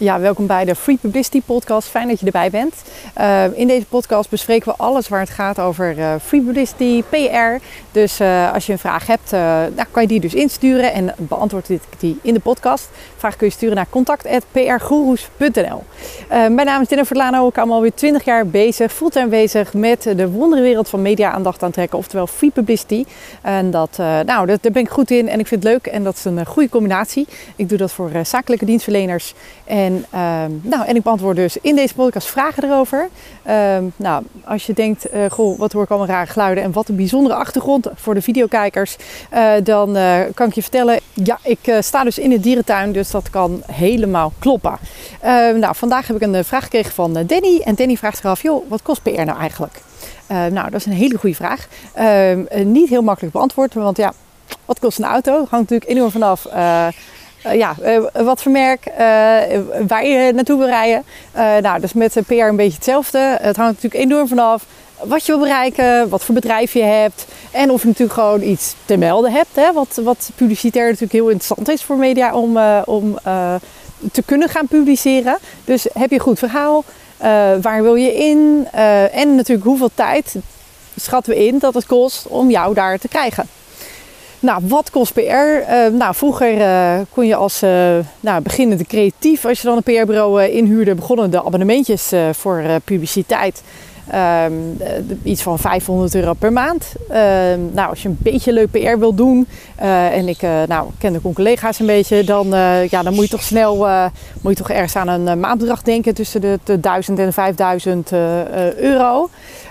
Ja, welkom bij de Free Publicity podcast. Fijn dat je erbij bent. In deze podcast bespreken we alles waar het gaat over free publicity, PR. Dus als je een vraag hebt, dan kan je die dus insturen en beantwoord ik die in de podcast. Vraag kun je sturen naar contact@prgoeroes.nl. Mijn naam is Jennifer Lano. Ik ben alweer 20 jaar bezig, fulltime bezig met de wonderenwereld van media-aandacht aantrekken, oftewel free publicity. En daar ben ik goed in en ik vind het leuk en dat is een goede combinatie. Ik doe dat voor zakelijke dienstverleners. En ik beantwoord dus in deze podcast vragen erover. Als je denkt, wat hoor ik allemaal rare geluiden en wat een bijzondere achtergrond voor de videokijkers. Dan kan ik je vertellen, ja, ik sta dus in de dierentuin, dus dat kan helemaal kloppen. Vandaag heb ik een vraag gekregen van Danny. En Danny vraagt zich af, joh, wat kost PR nou eigenlijk? Dat is een hele goede vraag. Niet heel makkelijk beantwoord, want ja, wat kost een auto? Hangt natuurlijk enorm vanaf. Wat voor merk, waar je naartoe wil rijden. Dus met PR een beetje hetzelfde. Het hangt natuurlijk enorm vanaf wat je wil bereiken, wat voor bedrijf je hebt. En of je natuurlijk gewoon iets te melden hebt. Hè, wat publicitair natuurlijk heel interessant is voor media om te kunnen gaan publiceren. Dus heb je een goed verhaal, waar wil je in? En natuurlijk hoeveel tijd schatten we in dat het kost om jou daar te krijgen. Wat kost PR? Vroeger kon je als beginnende creatief, als je dan een PR-bureau inhuurde, begonnen de abonnementjes voor publiciteit. Iets van €500 per maand. Als je een beetje leuk PR wil doen, en ik ken de collega's een beetje, dan moet je toch snel ergens aan een maandbedrag denken tussen de 1000 en 5000 euro.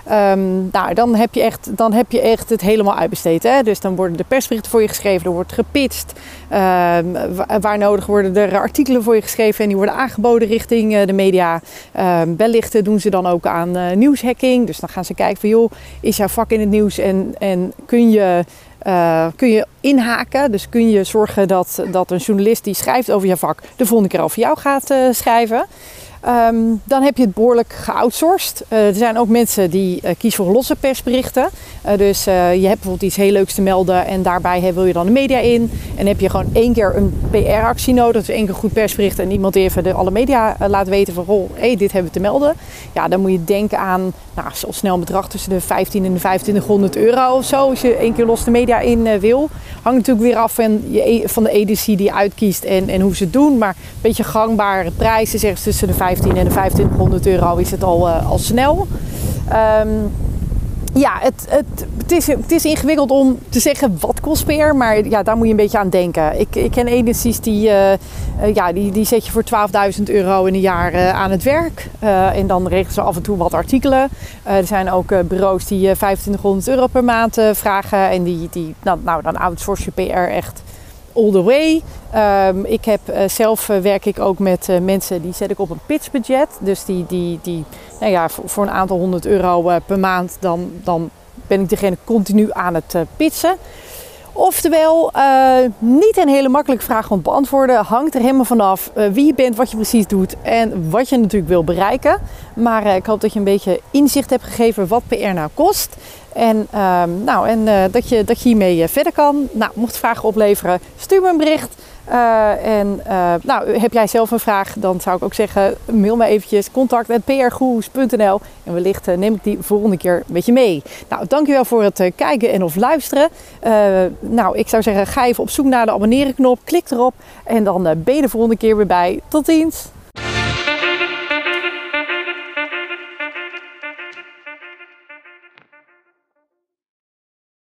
Dan heb je echt het helemaal uitbesteed. Hè? Dus dan worden de persberichten voor je geschreven, er wordt gepitcht. Waar nodig worden er artikelen voor je geschreven en die worden aangeboden richting de media. Wellicht doen ze dan ook aan nieuwshacking. Dus dan gaan ze kijken van, joh, is jouw vak in het nieuws en kun je inhaken. Dus kun je zorgen dat een journalist die schrijft over jouw vak de volgende keer over jou gaat schrijven. Dan heb je het behoorlijk geoutsourced. Er zijn ook mensen die kiezen voor losse persberichten. Dus je hebt bijvoorbeeld iets heel leuks te melden en daarbij wil je dan de media in. En heb je gewoon 1 keer een PR-actie nodig. Dus 1 keer een goed persbericht en iemand even alle media laat weten van, dit hebben we te melden. Ja, dan moet je denken aan zo snel een bedrag tussen de 15 en de 2500 euro of zo. Als je 1 keer los de media in wil. Hangt natuurlijk weer af van de editie die je uitkiest en hoe ze het doen. Maar een beetje gangbare prijzen, zeggen tussen de 15 en de 2500 euro is het al snel. Het is ingewikkeld om te zeggen wat kost PR, maar ja, daar moet je een beetje aan denken. Ik ken agencies die zet je voor 12.000 euro in een jaar aan het werk. En dan regelen ze af en toe wat artikelen. Er zijn ook bureaus die 2500 euro per maand vragen en dan outsource je PR echt all the way. Zelf werk ik ook met mensen die zet ik op een pitchbudget. Dus voor een aantal 100 euro per maand dan ben ik degene continu aan het pitchen. Oftewel, niet een hele makkelijke vraag om te beantwoorden. Hangt er helemaal vanaf wie je bent, wat je precies doet en wat je natuurlijk wil bereiken. Maar ik hoop dat je een beetje inzicht hebt gegeven wat PR nou kost. En dat je hiermee verder kan. Mocht je vragen opleveren, stuur me een bericht. Heb jij zelf een vraag, dan zou ik ook zeggen, mail me eventjes contact@prgoeroes.nl en wellicht neem ik die volgende keer met je mee. Dankjewel voor het kijken en of luisteren. Ik zou zeggen, ga even op zoek naar de abonneren knop, klik erop en dan ben je de volgende keer weer bij. Tot ziens!